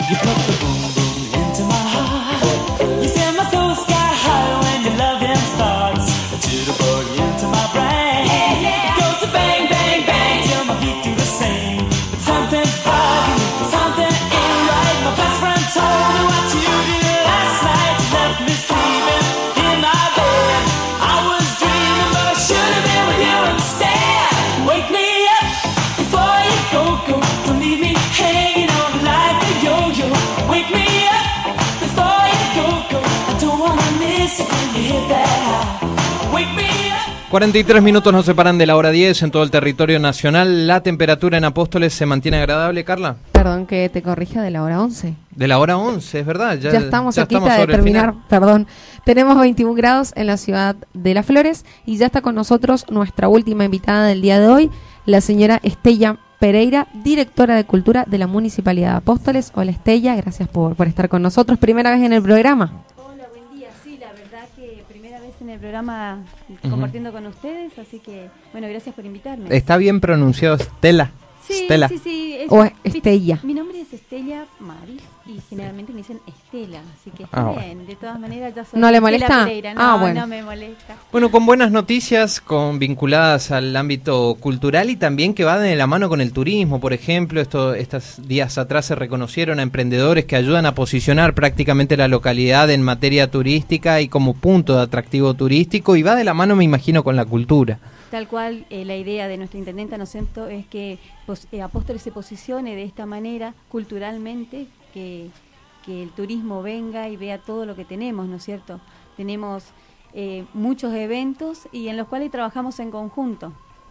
You put the boom boom into my heart. You send my soul sky high when your loving starts. A jitterbug into my brain. It goes to bang, bang, bang till my feet do the same. But something's bugging me, something ain't right. My best friend told me what you did last night. You left me sleeping in my bed. I was dreaming, but I should have been with you instead. Wake me up before you go. Don't leave me hanging on like a yo-yo. Wake me up before you go. I don't wanna miss it when you hit that high. Wake me up. 43 minutos nos separan de la hora 10 en todo el territorio nacional. La temperatura en Apóstoles se mantiene agradable, Carla. Perdón que te corrija, de la hora 11. De la hora 11, es verdad. Ya estamos cerquita de terminar, perdón. Tenemos 21 grados en la ciudad de Las Flores y ya está con nosotros nuestra última invitada del día de hoy, la señora Estella Pereira, directora de Cultura de la Municipalidad de Apóstoles. Hola Estella, gracias por estar con nosotros. Primera vez en el programa. Hola, buen día. Sí, la verdad que primera vez en el programa compartiendo con ustedes, así que, bueno, gracias por invitarme. ¿Está bien pronunciado Estela? Sí, Estela. sí. O Estella. Mi nombre es Estella Maris y generalmente me dicen Estela, así que está bien. Bueno. De todas maneras ya soy ¿No le Estela molesta? Pereira. No, Bueno. no me molesta. Bueno, con buenas noticias vinculadas al ámbito cultural y también que va de la mano con el turismo. Por ejemplo, estos días atrás se reconocieron a emprendedores que ayudan a posicionar prácticamente la localidad en materia turística y como punto de atractivo turístico, y va de la mano, me imagino, con la cultura. Tal cual, la idea de nuestra intendenta, ¿no es cierto?, es que Apóstoles se posicione de esta manera culturalmente, que el turismo venga y vea todo lo que tenemos, ¿no es cierto? Tenemos muchos eventos y en los cuales trabajamos en conjunto.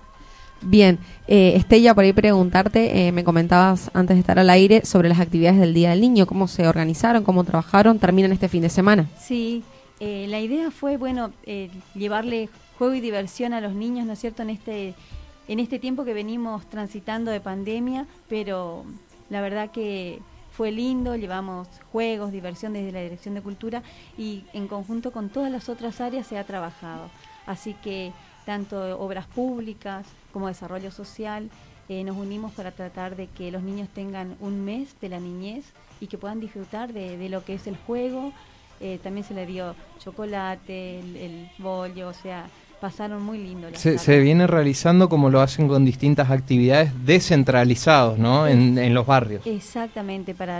Bien, Estella, por ahí preguntarte, me comentabas antes de estar al aire sobre las actividades del Día del Niño, cómo se organizaron, cómo trabajaron, terminan este fin de semana. Sí, la idea fue, bueno, llevarle juego y diversión a los niños, ¿no es cierto?, en este tiempo que venimos transitando de pandemia, pero la verdad que fue lindo, llevamos juegos, diversión desde la Dirección de Cultura y en conjunto con todas las otras áreas se ha trabajado. Así que tanto obras públicas como desarrollo social, nos unimos para tratar de que los niños tengan un mes de la niñez y que puedan disfrutar de lo que es el juego. También se le dio chocolate, el bollo, o sea, pasaron muy lindo. Se viene realizando como lo hacen con distintas actividades descentralizados, ¿no? En los barrios. Exactamente, para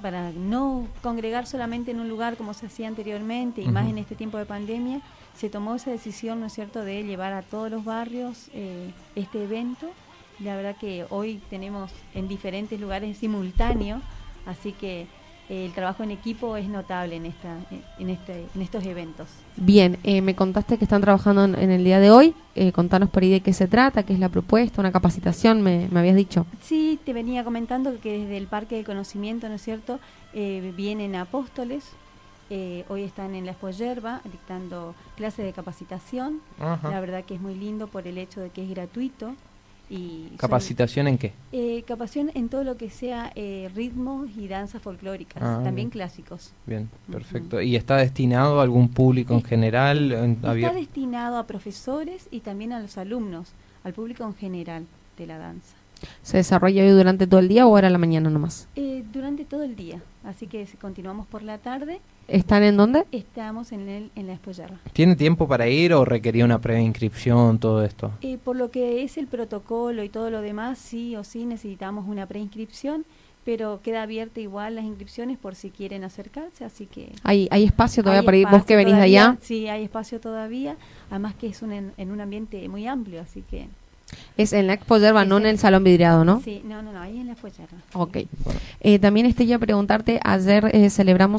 no congregar solamente en un lugar como se hacía anteriormente y más en este tiempo de pandemia, se tomó esa decisión, ¿no es cierto?, de llevar a todos los barrios este evento. La verdad que hoy tenemos en diferentes lugares simultáneos, así que el trabajo en equipo es notable en estos eventos. Bien, me contaste que están trabajando en el día de hoy. Contanos por ahí de qué se trata, qué es la propuesta, una capacitación, me habías dicho. Sí, te venía comentando que desde el Parque del Conocimiento, ¿no es cierto?, vienen Apóstoles. Hoy están en la Espoyerba dictando clases de capacitación. Ajá. La verdad que es muy lindo por el hecho de que es gratuito. ¿Capacitación en qué? Capacitación en todo lo que sea ritmos y danzas folclóricas, también clásicos. Bien, perfecto. ¿Y está destinado a algún público en general? Está destinado a profesores y también a los alumnos, al público en general de la danza. ¿Se desarrolla hoy durante todo el día o ahora a la mañana nomás? Durante todo el día, así que continuamos por la tarde. ¿Están en dónde? Estamos en la Espoyerba. ¿Tiene tiempo para ir o requería una previa inscripción, todo esto? Por lo que es el protocolo y todo lo demás, sí o sí necesitamos una preinscripción, pero queda abierta igual las inscripciones por si quieren acercarse, así que... ¿Hay espacio todavía hay para ir? ¿Vos que venís todavía, de allá? Sí, hay espacio todavía, además que es en un ambiente muy amplio, así que... Es en la Expoyerba, no en el Salón Vidriado, ¿no? Sí, no, ahí en la Expoyerba. Ok. También Estella, preguntarte, ayer celebramos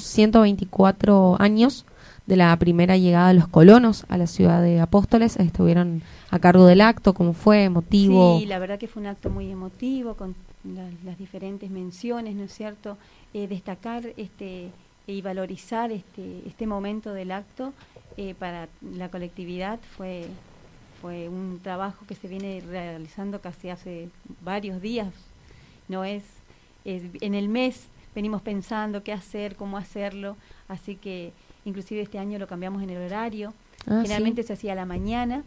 124 años de la primera llegada de los colonos a la ciudad de Apóstoles. Estuvieron a cargo del acto, ¿cómo fue? ¿Emotivo? Sí, la verdad que fue un acto muy emotivo, con las diferentes menciones, ¿no es cierto? Destacar y valorizar este momento del acto para la colectividad fue un trabajo que se viene realizando casi hace varios días. No es en el mes venimos pensando qué hacer, cómo hacerlo, así que inclusive este año lo cambiamos en el horario. Generalmente se hacía a la mañana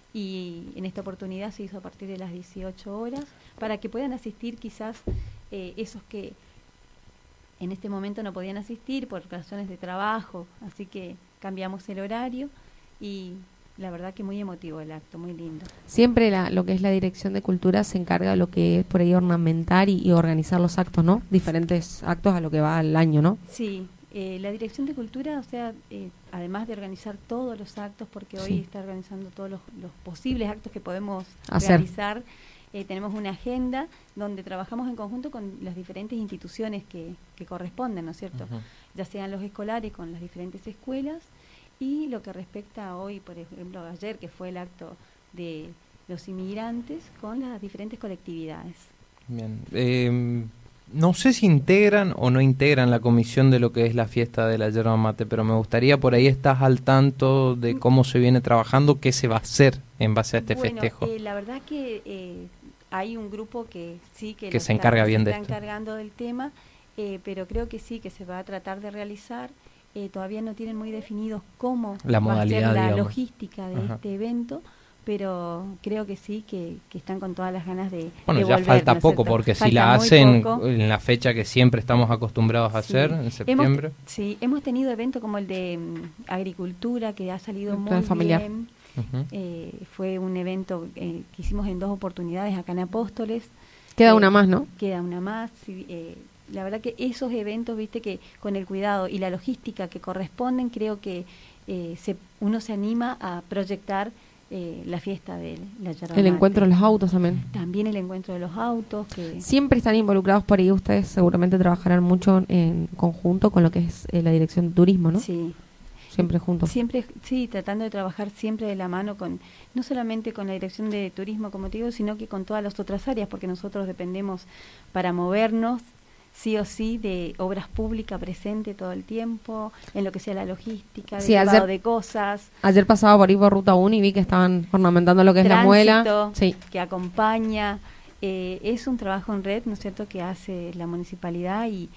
y en esta oportunidad se hizo a partir de las 18 horas para que puedan asistir quizás esos que en este momento no podían asistir por razones de trabajo, así que cambiamos el horario y la verdad que muy emotivo el acto, muy lindo. Siempre lo que es la Dirección de Cultura se encarga de lo que es por ahí ornamentar y organizar los actos, ¿no? Diferentes actos a lo que va al año, ¿no? Sí, la Dirección de Cultura, o sea, además de organizar todos los actos, porque hoy está organizando todos los posibles actos que podemos realizar, tenemos una agenda donde trabajamos en conjunto con las diferentes instituciones que corresponden, ¿no es cierto? Ya sean los escolares con las diferentes escuelas, y lo que respecta a hoy, por ejemplo, ayer, que fue el acto de los inmigrantes con las diferentes colectividades. Bien. No sé si integran o no integran la comisión de lo que es la fiesta de la yerba mate, pero me gustaría, por ahí estás al tanto de cómo se viene trabajando, qué se va a hacer en base a este festejo. La verdad que hay un grupo que sí que se encarga bien de esto. Está encargando del tema, pero creo que sí, que se va a tratar de realizar. Todavía no tienen muy definidos cómo la modalidad, va a ser la digamos, logística de este evento, pero creo que sí, que están con todas las ganas de Bueno, de ya volver, falta ¿no es poco, cierto? porque Falta si la muy hacen poco. en la fecha que siempre estamos acostumbrados a hacer, en septiembre. Hemos tenido eventos como el de agricultura, que ha salido muy familiar. bien. Fue un evento que hicimos en 2 oportunidades acá en Apóstoles. Queda una más, ¿no? Queda una más. La verdad que esos eventos, viste, que con el cuidado y la logística que corresponden, creo que uno se anima a proyectar la fiesta de la yerba mate. El encuentro de los autos también. También el encuentro de los autos. Siempre están involucrados por ahí. Ustedes seguramente trabajarán mucho en conjunto con lo que es la Dirección de Turismo, ¿no? Sí. Siempre juntos. Siempre, sí, tratando de trabajar siempre de la mano con, no solamente con la Dirección de Turismo, como te digo, sino que con todas las otras áreas, porque nosotros dependemos para movernos, sí o sí, de obras públicas presente todo el tiempo, en lo que sea la logística, sí, de llevado de cosas. Ayer pasaba por ahí por Ruta 1 y vi que estaban ornamentando lo que es la muela. Sí. Que acompaña. Es un trabajo en red, ¿no es cierto?, que hace la municipalidad y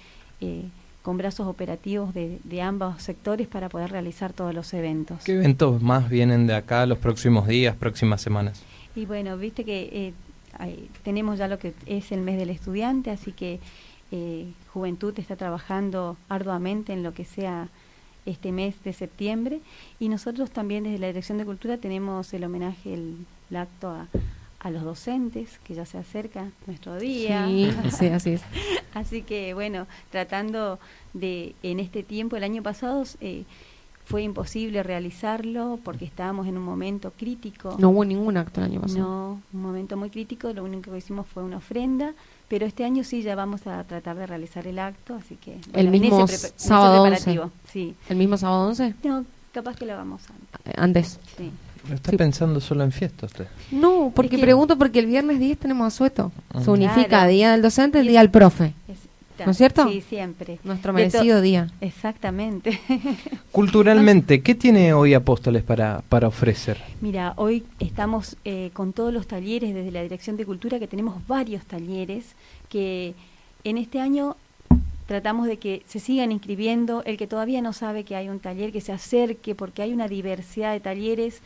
con brazos operativos de ambos sectores para poder realizar todos los eventos. ¿Qué eventos más vienen de acá los próximos días, próximas semanas? Y bueno, viste que tenemos ya lo que es el mes del estudiante, así que Juventud está trabajando arduamente en lo que sea este mes de septiembre, y nosotros también desde la Dirección de Cultura tenemos el homenaje, el acto a los docentes, que ya se acerca nuestro día. Sí, así es. Así que bueno, tratando de, en este tiempo, el año pasado fue imposible realizarlo porque estábamos en un momento crítico. No hubo ningún acto el año pasado. No, un momento muy crítico, lo único que hicimos fue una ofrenda, pero este año sí ya vamos a tratar de realizar el acto, así que... Bueno, ¿El mismo sábado 11? Sí. ¿El mismo sábado 11? No, capaz que lo hagamos antes. Antes. Sí. ¿Está pensando solo en fiesta usted? No, porque pregunto porque el viernes 10 tenemos asueto. Se unifica Claro. Día del Docente, el Día del Profe. ¿No es cierto? Sí, siempre. Nuestro merecido día. Exactamente. Culturalmente, ¿qué tiene hoy Apóstoles para ofrecer? Mira, hoy estamos con todos los talleres desde la Dirección de Cultura, que tenemos varios talleres que en este año tratamos de que se sigan inscribiendo. El que todavía no sabe que hay un taller, que se acerque, porque hay una diversidad de talleres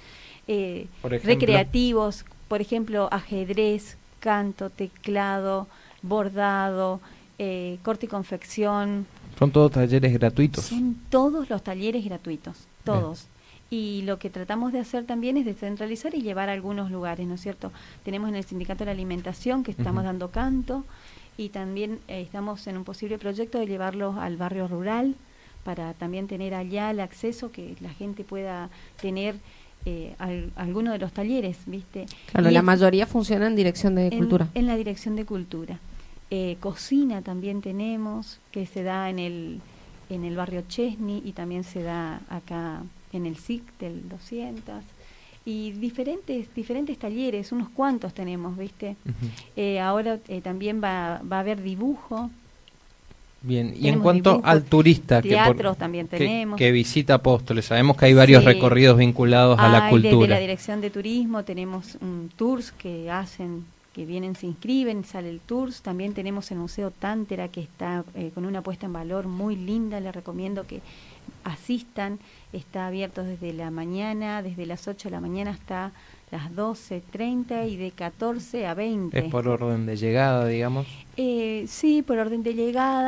recreativos, por ejemplo, ajedrez, canto, teclado, bordado, corte y confección. ¿Son todos talleres gratuitos? Son todos los talleres gratuitos, todos. Y lo que tratamos de hacer también es descentralizar y llevar a algunos lugares, ¿no es cierto? Tenemos en el Sindicato de la Alimentación que estamos dando canto, y también estamos en un posible proyecto de llevarlos al barrio rural para también tener allá el acceso, que la gente pueda tener alguno de los talleres, ¿viste? Claro, la mayoría funciona en Dirección de Cultura. En la Dirección de Cultura. Cocina también tenemos, que se da en el barrio Chesney, y también se da acá en el SIC del 200, y diferentes talleres, unos cuantos tenemos, ¿viste? Ahora también va a haber dibujo. Bien, y tenemos en cuanto dibujo, al turista teatros también tenemos. Que visita Apóstoles, sabemos que hay varios recorridos vinculados a la cultura. Desde la Dirección de Turismo tenemos tours que hacen, que vienen, se inscriben, sale el tours. También tenemos el Museo Tántera, que está con una puesta en valor muy linda, les recomiendo que asistan. Está abierto desde la mañana, desde las 8 de la mañana hasta las 12:30 y de 14 a 20. ¿Es por orden de llegada, digamos? Sí, por orden de llegada,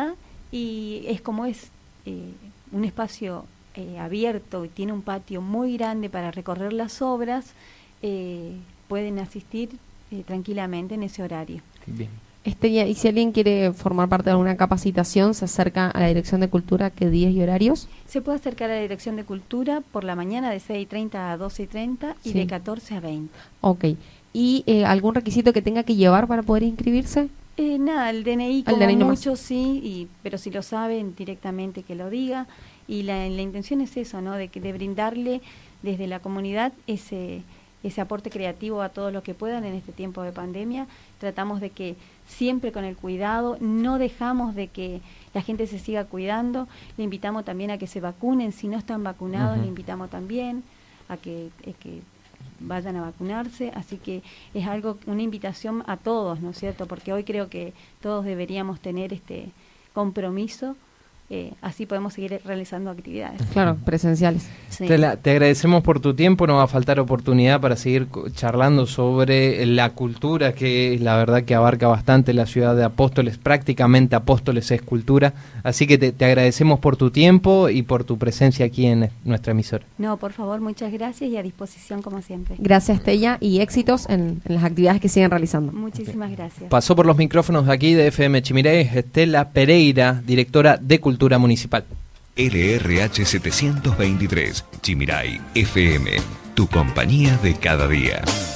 y es como es un espacio abierto y tiene un patio muy grande para recorrer las obras, pueden asistir tranquilamente en ese horario. Bien. Y si alguien quiere formar parte de alguna capacitación, se acerca a la Dirección de Cultura, ¿qué días y horarios? Se puede acercar a la Dirección de Cultura por la mañana de 6:30 a 12:30 y de 14 a 20. Ok. ¿Y algún requisito que tenga que llevar para poder inscribirse? Nada, el DNI como DNI mucho sí, pero si lo saben directamente que lo diga. Y la intención es eso, ¿no? De brindarle desde la comunidad ese aporte creativo a todos los que puedan en este tiempo de pandemia. Tratamos de que siempre con el cuidado, no dejamos de que la gente se siga cuidando. Le invitamos también a que se vacunen, si no están vacunados, le invitamos también a que vayan a vacunarse, así que es una invitación a todos, ¿no es cierto? Porque hoy creo que todos deberíamos tener este compromiso, así podemos seguir realizando actividades. Claro, presenciales. Sí. Te agradecemos por tu tiempo, no va a faltar oportunidad para seguir charlando sobre la cultura, que la verdad que abarca bastante la ciudad de Apóstoles, prácticamente Apóstoles es cultura, así que te agradecemos por tu tiempo y por tu presencia aquí en nuestra emisora. No, por favor, muchas gracias y a disposición como siempre. Gracias, Estella, y éxitos en las actividades que siguen realizando. Muchísimas gracias. Pasó por los micrófonos de aquí de FM Chimiray Estela Pereira, directora de Cultura Municipal. LRH 723, Chimiray FM, tu compañía de cada día.